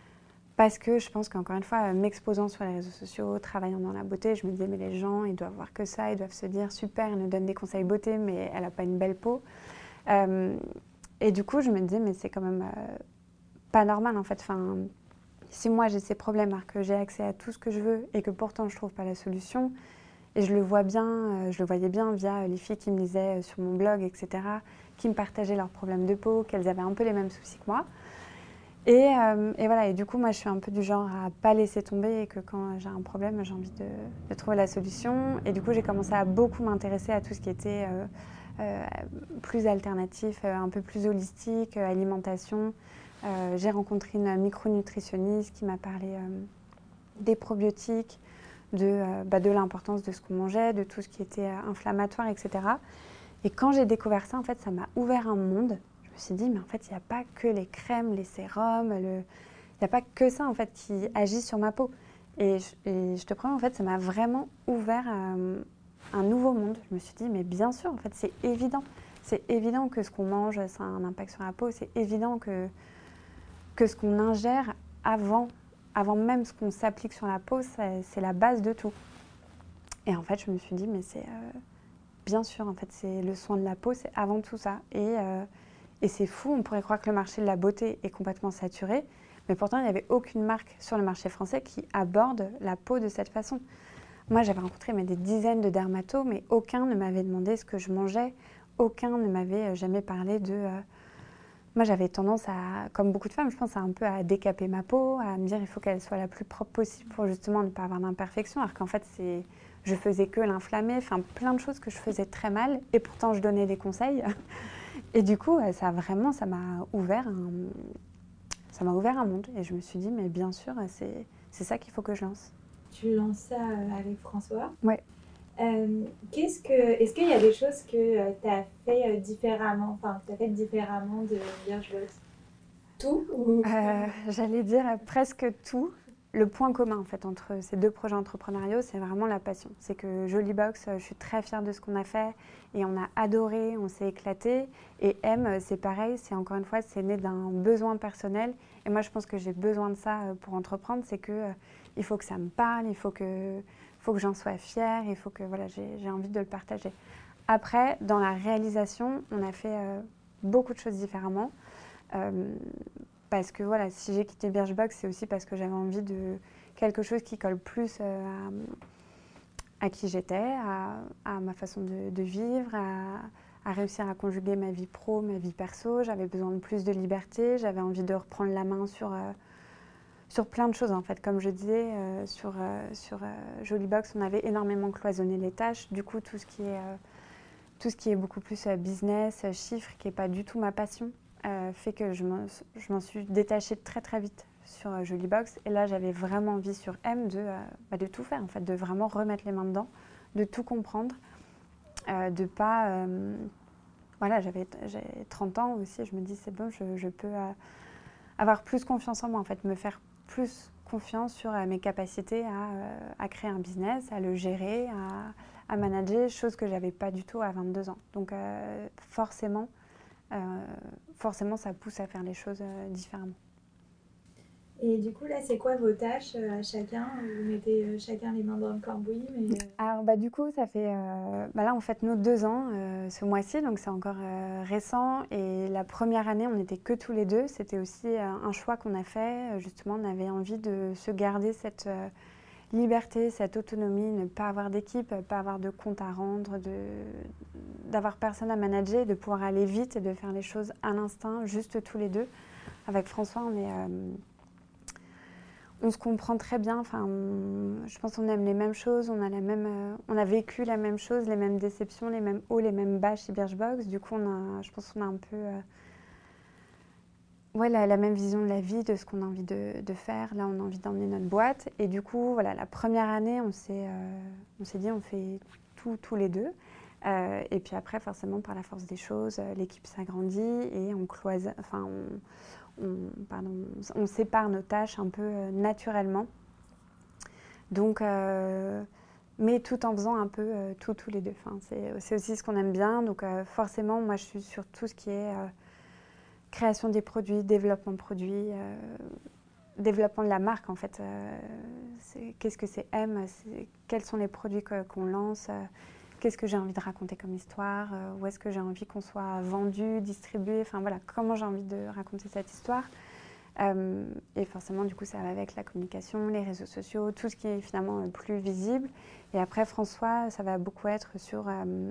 Parce que je pense qu'encore une fois, m'exposant sur les réseaux sociaux, travaillant dans la beauté, je me disais, mais les gens, ils doivent voir que ça, ils doivent se dire, super, elle nous donne des conseils beauté, mais elle n'a pas une belle peau. Euh, et du coup, je me disais, mais c'est quand même euh, pas normal, en fait. Enfin, si moi, j'ai ces problèmes, alors que j'ai accès à tout ce que je veux, et que pourtant, je trouve pas la solution, et je le vois bien, euh, je le voyais bien via les filles qui me lisaient sur mon blog, et cetera, qui me partageaient leurs problèmes de peau, qu'elles avaient un peu les mêmes soucis que moi. Et, euh, et voilà, et du coup, moi, je suis un peu du genre à pas laisser tomber et que quand j'ai un problème, j'ai envie de, de trouver la solution. Et du coup, j'ai commencé à beaucoup m'intéresser à tout ce qui était euh, euh, plus alternatif, euh, un peu plus holistique, euh, alimentation. Euh, j'ai rencontré une micronutritionniste qui m'a parlé euh, des probiotiques, de, euh, bah, de l'importance de ce qu'on mangeait, de tout ce qui était euh, inflammatoire, et cetera. Et quand j'ai découvert ça, en fait, ça m'a ouvert un monde. Je me suis dit, mais en fait, il n'y a pas que les crèmes, les sérums, le... il n'y a pas que ça, en fait, qui agit sur ma peau. Et je, et je te promets, en fait, ça m'a vraiment ouvert euh, un nouveau monde. Je me suis dit, mais bien sûr, en fait, c'est évident. C'est évident que ce qu'on mange, ça a un impact sur la peau. C'est évident que, que ce qu'on ingère avant, avant même ce qu'on s'applique sur la peau, c'est la base de tout. Et en fait, je me suis dit, mais c'est... Euh, Bien sûr, en fait, c'est le soin de la peau, c'est avant tout ça. Et, euh, et c'est fou, on pourrait croire que le marché de la beauté est complètement saturé, mais pourtant, il n'y avait aucune marque sur le marché français qui aborde la peau de cette façon. Moi, j'avais rencontré mais, des dizaines de dermatos, mais aucun ne m'avait demandé ce que je mangeais, aucun ne m'avait jamais parlé de... Euh... Moi, j'avais tendance à, comme beaucoup de femmes, je pense, à un peu à décaper ma peau, à me dire il faut qu'elle soit la plus propre possible pour justement ne pas avoir d'imperfection, alors qu'en fait, c'est... Je faisais que l'inflammer, enfin plein de choses que je faisais très mal et pourtant je donnais des conseils. Et du coup, ça vraiment, ça m'a ouvert un, ça m'a ouvert un monde et je me suis dit, mais bien sûr, c'est, c'est ça qu'il faut que je lance. Tu lances ça avec François. Ouais. Euh, qu'est-ce que, est-ce qu'il y a des choses que tu as fait différemment, enfin, tu as fait différemment de Birchbox? Tout ou... euh, J'allais dire presque tout. Le point commun en fait entre ces deux projets entrepreneuriaux, c'est vraiment la passion. C'est que Jolie Box, je suis très fière de ce qu'on a fait et on a adoré, on s'est éclaté. Et M, c'est pareil, c'est encore une fois, c'est né d'un besoin personnel. Et moi, je pense que j'ai besoin de ça pour entreprendre, c'est que euh, il faut que ça me parle, il faut que, faut que j'en sois fière, il faut que voilà, j'ai, j'ai envie de le partager. Après, dans la réalisation, on a fait euh, beaucoup de choses différemment. Euh, Parce que voilà, si j'ai quitté Birchbox, c'est aussi parce que j'avais envie de quelque chose qui colle plus à, à qui j'étais, à, à ma façon de, de vivre, à, à réussir à conjuguer ma vie pro, ma vie perso. J'avais besoin de plus de liberté, j'avais envie de reprendre la main sur, euh, sur plein de choses en fait. Comme je disais, euh, sur, euh, sur euh, Jolie Box, on avait énormément cloisonné les tâches. Du coup, tout ce qui est, euh, tout ce qui est beaucoup plus euh, business, euh, chiffres, qui n'est pas du tout ma passion. Euh, fait que je m'en, je m'en suis détachée très très vite sur euh, Jolie Box et là j'avais vraiment envie sur M de, euh, bah, de tout faire en fait, de vraiment remettre les mains dedans, de tout comprendre, euh, de pas... Euh, voilà, j'avais j'ai trente ans aussi, je me dis c'est bon, je, je peux euh, avoir plus confiance en moi en fait, me faire plus confiance sur euh, mes capacités à, euh, à créer un business, à le gérer, à, à manager, chose que je n'avais pas du tout à vingt-deux ans. Donc euh, forcément, euh, forcément, ça pousse à faire les choses euh, différemment. Et du coup, là, c'est quoi vos tâches euh, à chacun? Vous mettez euh, chacun les mains dans le cambouis, mais... euh, Alors, bah, du coup, ça fait, euh, bah là, on fête nos deux ans euh, ce mois-ci, donc c'est encore euh, récent. Et la première année, on n'était que tous les deux. C'était aussi euh, un choix qu'on a fait. Justement, on avait envie de se garder cette euh, liberté, cette autonomie, ne pas avoir d'équipe, pas avoir de compte à rendre, de, d'avoir personne à manager, de pouvoir aller vite et de faire les choses à l'instinct, juste tous les deux. Avec François, on est... Euh, On se comprend très bien, enfin, on, je pense qu'on aime les mêmes choses, on a, la même, euh, on a vécu la même chose, les mêmes déceptions, les mêmes hauts, les mêmes bas chez Birchbox. Du coup, on a, je pense qu'on a un peu euh, ouais, la, la même vision de la vie, de ce qu'on a envie de, de faire. Là, on a envie d'emmener notre boîte. Et du coup, voilà, la première année, on s'est, euh, on s'est dit on fait tout tous les deux. Euh, et puis après, forcément, par la force des choses, euh, l'équipe s'agrandit et on cloise, enfin, on, on, pardon, on sépare nos tâches un peu euh, naturellement. Donc, euh, mais tout en faisant un peu euh, tout tous les deux. Enfin, c'est, c'est aussi ce qu'on aime bien. Donc euh, forcément, moi, je suis sur tout ce qui est euh, création des produits, développement de produits, euh, développement de la marque en fait. Euh, c'est, qu'est-ce que c'est M c'est, Quels sont les produits que, qu'on lance euh, Qu'est-ce que j'ai envie de raconter comme histoire euh, Où est-ce que j'ai envie qu'on soit vendu, distribué Enfin voilà, comment j'ai envie de raconter cette histoire euh, Et forcément, du coup, ça va avec la communication, les réseaux sociaux, tout ce qui est finalement euh, plus visible. Et après, François, ça va beaucoup être sur euh,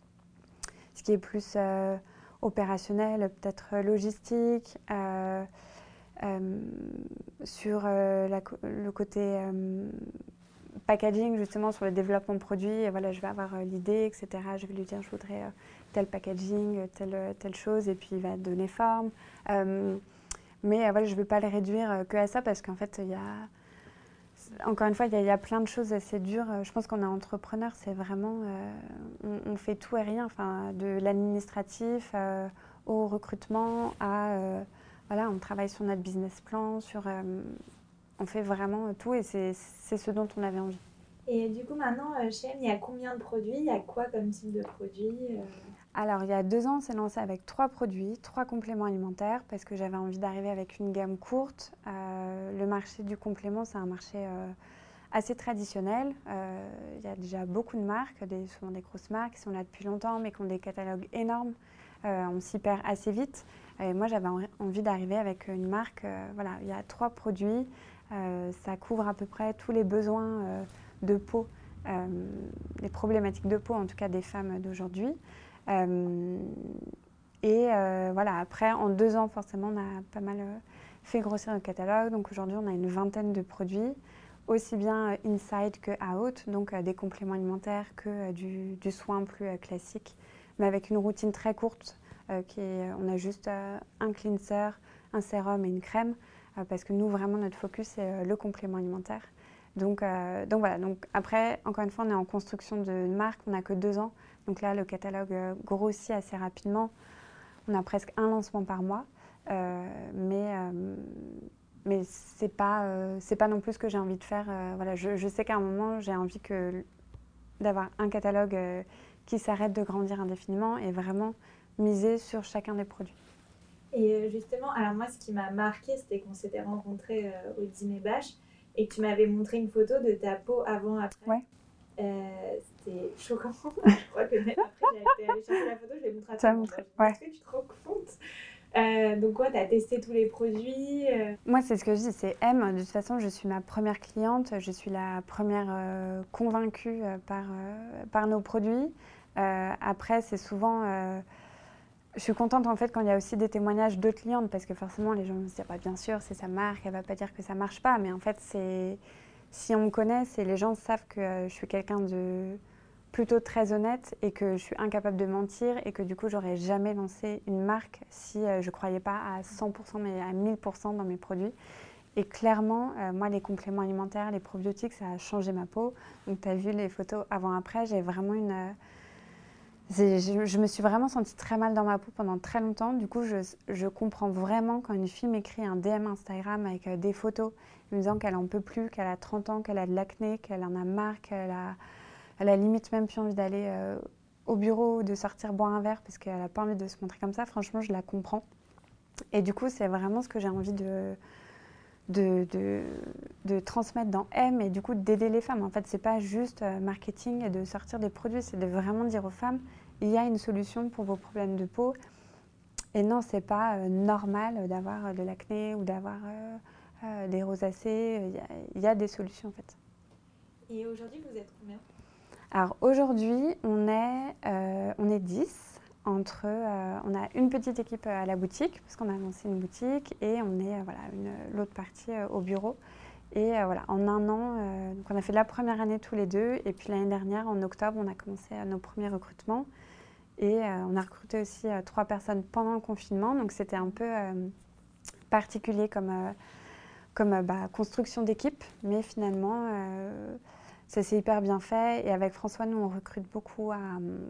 ce qui est plus euh, opérationnel, peut-être logistique, euh, euh, sur euh, la, le côté euh, packaging, justement, sur le développement de produits. Et voilà, je vais avoir euh, l'idée, et cetera. Je vais lui dire, je voudrais euh, tel packaging, telle, telle chose, et puis il va donner forme. Euh, mais euh, voilà, je ne veux pas le réduire euh, que à ça, parce qu'en fait, il y a... Encore une fois, il y, a, il y a plein de choses assez dures. Je pense qu'on est entrepreneur, c'est vraiment... Euh, on, on fait tout et rien, enfin, de l'administratif euh, au recrutement, à... Euh, voilà, on travaille sur notre business plan, sur... Euh, on fait vraiment tout et c'est, c'est ce dont on avait envie. Et du coup, maintenant, euh, chez M, il y a combien de produits? Il y a quoi comme type de produits euh... Alors, il y a deux ans, on s'est lancé avec trois produits, trois compléments alimentaires, parce que j'avais envie d'arriver avec une gamme courte. Euh, le marché du complément, c'est un marché euh, assez traditionnel. Euh, il y a déjà beaucoup de marques, des, souvent des grosses marques qui sont là depuis longtemps, mais qui ont des catalogues énormes. Euh, on s'y perd assez vite. Et moi, j'avais envie d'arriver avec une marque. Euh, voilà, il y a trois produits. Euh, ça couvre à peu près tous les besoins euh, de peau, euh, les problématiques de peau, en tout cas des femmes d'aujourd'hui. Euh, et euh, voilà, après, en deux ans, forcément, on a pas mal euh, fait grossir notre catalogue. Donc aujourd'hui, on a une vingtaine de produits, aussi bien inside que out, donc euh, des compléments alimentaires que euh, du, du soin plus euh, classique, mais avec une routine très courte. Euh, qui est, on a juste euh, un cleanser, un sérum et une crème, euh, parce que nous, vraiment, notre focus, c'est euh, le complément alimentaire. Donc, euh, donc voilà, donc après, encore une fois, on est en construction de marque, on n'a que deux ans. Donc là, le catalogue euh, grossit assez rapidement. On a presque un lancement par mois. Euh, mais euh, mais ce n'est pas, euh, c'est pas non plus ce que j'ai envie de faire. Euh, voilà, je, je sais qu'à un moment, j'ai envie que, d'avoir un catalogue euh, qui s'arrête de grandir indéfiniment et vraiment miser sur chacun des produits. Et justement, alors moi, ce qui m'a marqué, c'était qu'on s'était rencontrés euh, au dîner bâche et que tu m'avais montré une photo de ta peau avant-après. Ouais. Euh, c'était choquant. Je crois que même après, j'ai allé chercher la photo, je l'ai montré à tout le monde. Ouais. Est-ce que tu te rends compte euh, Donc quoi, tu as testé tous les produits euh... Moi, c'est ce que je dis, c'est M. De toute façon, je suis ma première cliente, je suis la première euh, convaincue euh, par, euh, par nos produits. Euh, après, c'est souvent... Euh, je suis contente en fait quand il y a aussi des témoignages d'autres clientes parce que forcément les gens me disent ah, bien sûr c'est sa marque, elle va pas dire que ça marche pas, mais en fait c'est si on me connaît, c'est les gens savent que euh, je suis quelqu'un de plutôt très honnête et que je suis incapable de mentir et que du coup j'aurais jamais lancé une marque si euh, je croyais pas à cent pour cent mais à mille pour cent dans mes produits. Et clairement, euh, moi les compléments alimentaires, les probiotiques, ça a changé ma peau. Donc tu as vu les photos avant-après, j'ai vraiment une euh, C'est- Je, je me suis vraiment sentie très mal dans ma peau pendant très longtemps. Du coup, je, je comprends vraiment quand une fille m'écrit un D M Instagram avec euh, des photos me disant qu'elle en peut plus, qu'elle a trente ans, qu'elle a de l'acné, qu'elle en a marre, qu'elle a, elle a limite même plus envie d'aller euh, au bureau ou de sortir boire un verre parce qu'elle n'a pas envie de se montrer comme ça. Franchement, je la comprends. Et du coup, c'est vraiment ce que j'ai envie de, de, de, de transmettre dans M et du coup d'aider les femmes. En fait, c'est pas juste euh, marketing et de sortir des produits, c'est de vraiment dire aux femmes il y a une solution pour vos problèmes de peau. Et non, c'est pas euh, normal d'avoir de l'acné ou d'avoir euh, euh, des rosacées. Il y, a, il y a des solutions en fait. Et aujourd'hui, vous êtes combien? Alors aujourd'hui, on est, euh, on est dix. Entre, euh, on a une petite équipe à la boutique, parce qu'on a lancé une boutique, et on est euh, voilà, une, l'autre partie euh, au bureau. Et euh, voilà, en un an, euh, donc on a fait la première année tous les deux, et puis l'année dernière, en octobre, on a commencé euh, nos premiers recrutements. Et euh, on a recruté aussi euh, trois personnes pendant le confinement, donc c'était un peu euh, particulier comme, euh, comme euh, bah, construction d'équipe, mais finalement, euh, ça s'est hyper bien fait. Et avec François, nous, on recrute beaucoup à,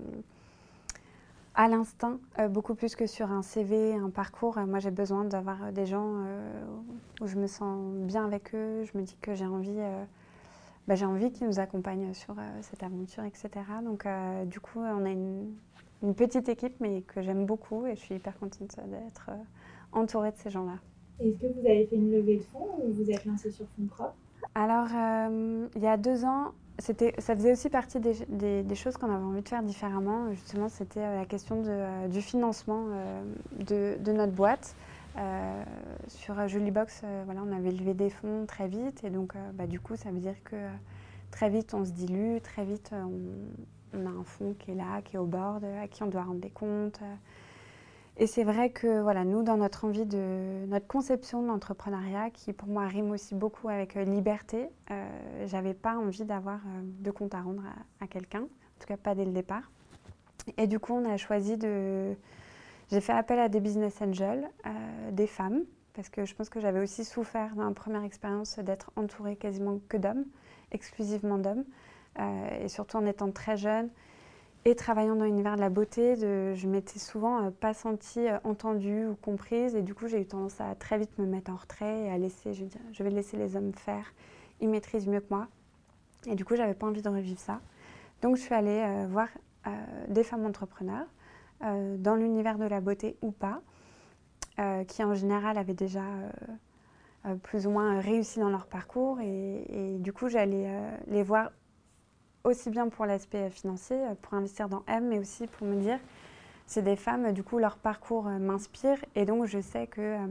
à l'instinct, euh, beaucoup plus que sur un C V, un parcours. Euh, moi, j'ai besoin d'avoir des gens euh, où je me sens bien avec eux, je me dis que j'ai envie... Euh, bah, j'ai envie qu'ils nous accompagnent sur euh, cette aventure, et cetera. Donc, euh, du coup, on a une, une petite équipe, mais que j'aime beaucoup et je suis hyper contente d'être euh, entourée de ces gens-là. Est-ce que vous avez fait une levée de fonds ou vous êtes lancé sur fonds propres? Alors, euh, il y a deux ans, c'était, ça faisait aussi partie des, des, des choses qu'on avait envie de faire différemment. Justement, c'était euh, la question de, euh, du financement euh, de, de notre boîte. Euh, sur Juliebox, euh, voilà, on avait levé des fonds très vite et donc, euh, bah, du coup, ça veut dire que euh, très vite, on se dilue, très vite, euh, on, on a un fonds qui est là, qui est au board, à qui on doit rendre des comptes. Euh, Et c'est vrai que voilà, nous, dans notre envie de notre conception de l'entrepreneuriat, qui pour moi rime aussi beaucoup avec euh, liberté, euh, j'avais pas envie d'avoir euh, de compte à rendre à, à quelqu'un, en tout cas pas dès le départ. Et du coup, on a choisi de. J'ai fait appel à des business angels, euh, des femmes, parce que je pense que j'avais aussi souffert dans la première expérience d'être entourée quasiment que d'hommes, exclusivement d'hommes, euh, et surtout en étant très jeune. Et travaillant dans l'univers de la beauté, de, je m'étais souvent euh, pas sentie euh, entendue ou comprise. Et du coup, j'ai eu tendance à très vite me mettre en retrait et à laisser, je, veux dire, je vais laisser les hommes faire. Ils maîtrisent mieux que moi. Et du coup, j'avais pas envie de revivre ça. Donc, je suis allée euh, voir euh, des femmes entrepreneurs euh, dans l'univers de la beauté ou pas, euh, qui en général avaient déjà euh, euh, plus ou moins réussi dans leur parcours. Et, et du coup, j'allais euh, les voir aussi bien pour l'aspect financier, pour investir dans M, mais aussi pour me dire, c'est des femmes, du coup, leur parcours euh, m'inspire. Et donc, je sais que euh,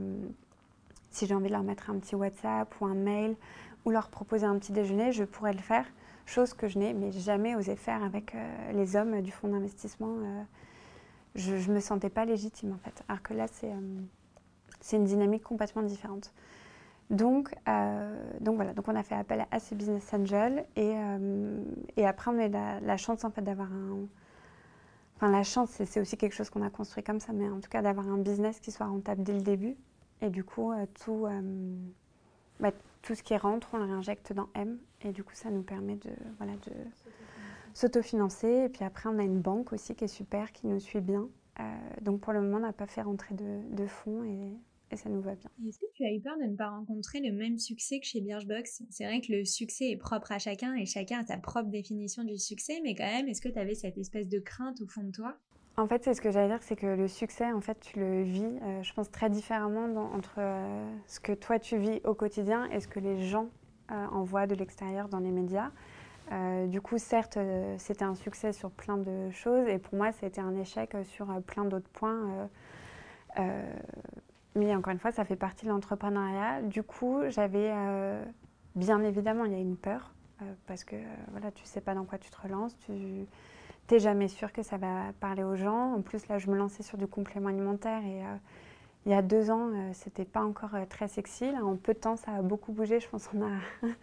si j'ai envie de leur mettre un petit WhatsApp ou un mail ou leur proposer un petit déjeuner, je pourrais le faire. Chose que je n'ai mais jamais osé faire avec euh, les hommes du fonds d'investissement. Euh, je ne me sentais pas légitime, en fait. Alors que là, c'est euh, c'est une dynamique complètement différente. Donc, euh, donc voilà, donc on a fait appel à ces business angels et, euh, et après on a eu la, la chance en fait d'avoir un... Enfin la chance, c'est, c'est aussi quelque chose qu'on a construit comme ça, mais en tout cas d'avoir un business qui soit rentable dès le début. Et du coup, euh, tout, euh, bah, tout ce qui rentre, on le réinjecte dans M. Et du coup, ça nous permet de, voilà, de s'autofinancer. Et puis après, on a une banque aussi qui est super, qui nous suit bien. Euh, donc pour le moment, on n'a pas fait rentrer de, de fonds et, et ça nous va bien. Est-ce que tu as eu peur de ne pas rencontrer le même succès que chez Birchbox? C'est vrai que le succès est propre à chacun et chacun a sa propre définition du succès, mais quand même, est-ce que tu avais cette espèce de crainte au fond de toi? En fait, c'est ce que j'allais dire, c'est que le succès, en fait, tu le vis, euh, je pense, très différemment dans- entre euh, ce que toi tu vis au quotidien et ce que les gens euh, en voient de l'extérieur dans les médias. Euh, du coup, certes, euh, c'était un succès sur plein de choses et pour moi, c'était un échec sur euh, plein d'autres points. Euh, euh, mais encore une fois, ça fait partie de l'entrepreneuriat. Du coup, j'avais, euh, bien évidemment, il y a une peur euh, parce que euh, voilà, tu sais pas dans quoi tu te relances, tu t'es jamais sûr que ça va parler aux gens. En plus, là, je me lançais sur du complément alimentaire et euh, il y a deux ans, euh, c'était pas encore euh, très sexy. Là, en peu de temps, ça a beaucoup bougé. Je pense qu'on a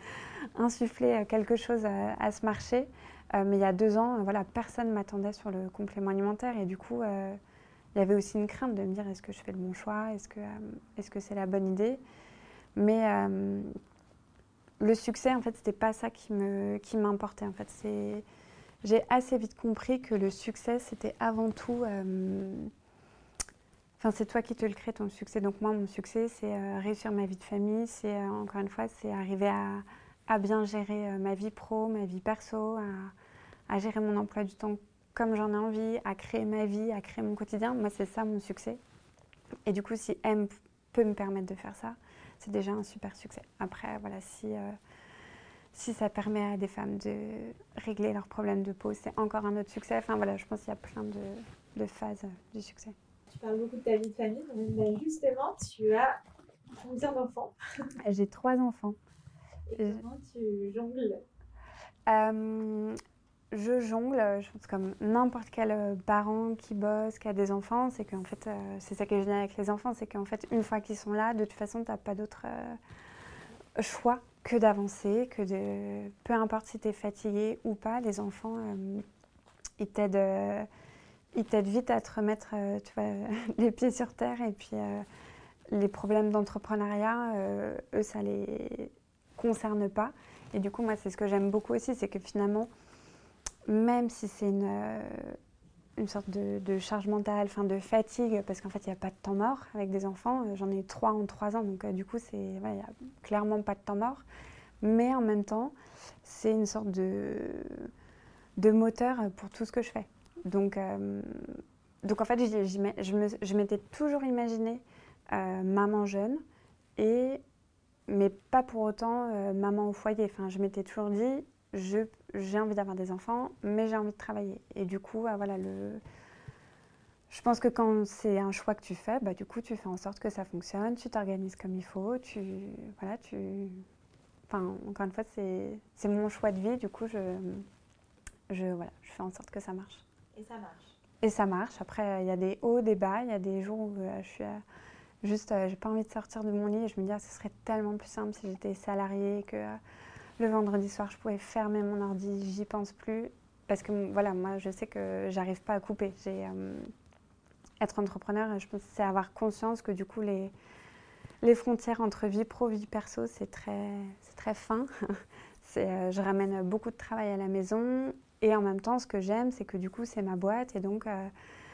insufflé quelque chose à, à ce marché. Euh, mais il y a deux ans, euh, voilà, personne ne m'attendait sur le complément alimentaire et du coup, euh, il y avait aussi une crainte de me dire est-ce que je fais le bon choix, est-ce que euh, est-ce que c'est la bonne idée. Mais euh, le succès, en fait, c'était pas ça qui me qui m'importait. En fait, c'est j'ai assez vite compris que le succès, c'était avant tout... euh, Enfin, c'est toi qui te le crée, ton succès. Donc moi, mon succès, c'est euh, réussir ma vie de famille. C'est, euh, encore une fois, c'est arriver à, à bien gérer euh, ma vie pro, ma vie perso, à, à gérer mon emploi du temps comme j'en ai envie, à créer ma vie, à créer mon quotidien. Moi, c'est ça mon succès. Et du coup, si M peut me permettre de faire ça, c'est déjà un super succès. Après, voilà, si, euh, si ça permet à des femmes de régler leurs problèmes de peau, c'est encore un autre succès. Enfin voilà, je pense qu'il y a plein de, de phases euh, du succès. Tu parles beaucoup de ta vie de famille, donc bah, justement, tu as combien d'enfants? J'ai trois enfants. Et comment tu jongles? Euh, je jongle, je pense comme n'importe quel parent qui bosse, qui a des enfants, c'est qu'en fait, euh, c'est ça que je dis avec les enfants, c'est qu'en fait, une fois qu'ils sont là, de toute façon, tu n'as pas d'autre euh, choix que d'avancer, que de... Peu importe si tu es fatigué ou pas, les enfants, euh, ils t'aident... Euh, ils t'aident vite à te remettre euh, tu vois, les pieds sur terre et puis euh, les problèmes d'entrepreneuriat, euh, eux, ça les concerne pas. Et du coup, moi, c'est ce que j'aime beaucoup aussi, c'est que finalement, même si c'est une, euh, une sorte de, de charge mentale, fin de fatigue, parce qu'en fait, il n'y a pas de temps mort avec des enfants. J'en ai eu trois en trois ans, donc euh, du coup, il ouais, n'y a clairement pas de temps mort. Mais en même temps, c'est une sorte de, de moteur pour tout ce que je fais. Donc, euh, donc en fait, j'y- j'y mets- je, me- je m'étais toujours imaginée euh, maman jeune, et, mais pas pour autant euh, maman au foyer. Enfin, je m'étais toujours dit, je, j'ai envie d'avoir des enfants, mais j'ai envie de travailler. Et du coup, ah, voilà, le... je pense que quand c'est un choix que tu fais, bah, du coup, tu fais en sorte que ça fonctionne, tu t'organises comme il faut, tu... Voilà, tu... Enfin, encore une fois, c'est, c'est mon choix de vie, du coup, je, je, voilà, je fais en sorte que ça marche. Et ça marche. Et ça marche. Après, il y a des hauts, des bas. Il y a des jours où euh, je suis euh, juste, euh, j'ai pas envie de sortir de mon lit et je me dis, ah, ce serait tellement plus simple si j'étais salariée, que euh, le vendredi soir, je pouvais fermer mon ordi, j'y pense plus. Parce que voilà, moi, je sais que j'arrive pas à couper. J'ai, euh, être entrepreneur, je pense que c'est avoir conscience que du coup, les, les frontières entre vie pro, vie perso, c'est très, c'est très fin. c'est, euh, je ramène beaucoup de travail à la maison. Et en même temps, ce que j'aime, c'est que du coup, c'est ma boîte. Et donc, euh,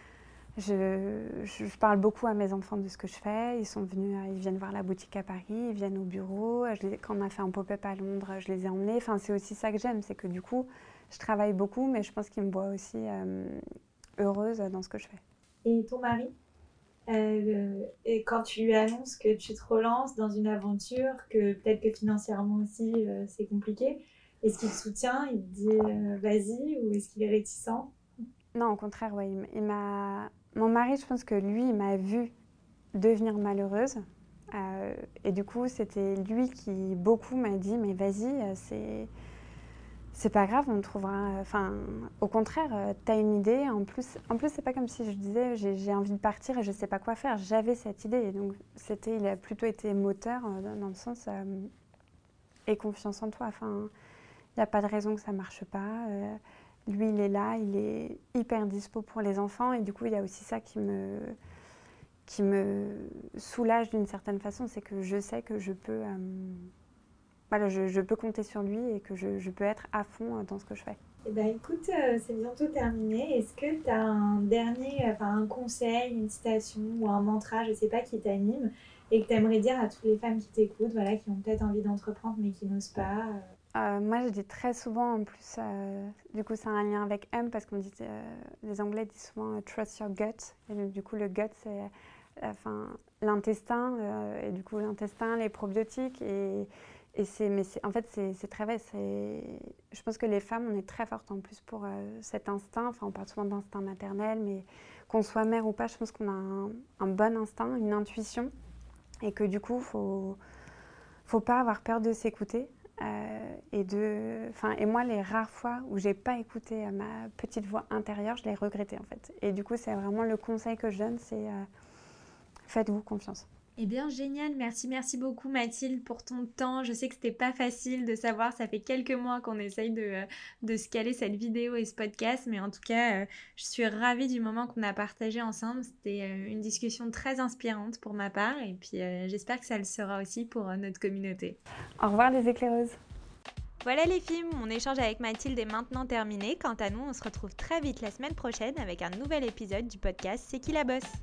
Je, je, je parle beaucoup à mes enfants de ce que je fais. Ils sont venus, ils viennent voir la boutique à Paris, ils viennent au bureau. Je les, quand on a fait un pop-up à Londres, je les ai emmenés. Enfin, c'est aussi ça que j'aime, c'est que du coup, je travaille beaucoup, mais je pense qu'ils me voient aussi euh, heureuse dans ce que je fais. Et ton mari, euh, et quand tu lui annonces que tu te relances dans une aventure, que peut-être que financièrement aussi euh, c'est compliqué, est-ce qu'il te soutient, il te dit euh, vas-y, ou est-ce qu'il est réticent? Non, au contraire, ouais, il, il m'a... Mon mari, je pense que lui, il m'a vu devenir malheureuse. Euh, et du coup, c'était lui qui beaucoup m'a dit, mais vas-y, c'est... C'est pas grave, on trouvera. Enfin, au contraire, tu as une idée. En plus, en plus c'est pas comme si je disais j'ai, j'ai envie de partir et je sais pas quoi faire. J'avais cette idée. Et donc, c'était, il a plutôt été moteur euh, dans le sens euh, aie confiance en toi. Enfin, il n'y a pas de raison que ça marche pas. Euh, lui, il est là, il est hyper dispo pour les enfants. Et du coup, il y a aussi ça qui me, qui me soulage d'une certaine façon. C'est que je sais que je peux. Euh, Voilà, je, je peux compter sur lui et que je, je peux être à fond dans ce que je fais. Eh ben, écoute, euh, c'est bientôt terminé. Est-ce que tu as un dernier, euh, enfin un conseil, une citation ou un mantra, je sais pas, qui t'anime et que tu aimerais dire à toutes les femmes qui t'écoutent, voilà, qui ont peut-être envie d'entreprendre mais qui n'osent pas euh... Euh, moi, je dis très souvent, en plus, euh, du coup, c'est un lien avec M parce qu'on dit, euh, les Anglais disent souvent euh, trust your gut. Et donc, du coup, le gut, c'est euh, enfin, l'intestin, euh, et du coup, l'intestin, les probiotiques. Et, et c'est, mais c'est, en fait, c'est, c'est très vrai. C'est, je pense que les femmes, on est très fortes en plus pour euh, cet instinct. Enfin, on parle souvent d'instinct maternel, mais qu'on soit mère ou pas, je pense qu'on a un, un bon instinct, une intuition. Et que du coup, il faut, faut pas avoir peur de s'écouter. Euh, et, de, et moi, les rares fois où j'ai pas écouté ma petite voix intérieure, je l'ai regretté en fait. Et du coup, c'est vraiment le conseil que je donne, c'est euh, faites-vous confiance. Eh bien, génial. Merci, merci beaucoup Mathilde pour ton temps. Je sais que c'était pas facile de savoir. Ça fait quelques mois qu'on essaye de, euh, de se caler cette vidéo et ce podcast. Mais en tout cas, euh, je suis ravie du moment qu'on a partagé ensemble. C'était euh, une discussion très inspirante pour ma part. Et puis, euh, j'espère que ça le sera aussi pour euh, notre communauté. Au revoir les éclaireuses. Voilà les filles, mon échange avec Mathilde est maintenant terminé. Quant à nous, on se retrouve très vite la semaine prochaine avec un nouvel épisode du podcast C'est qui la bosse ?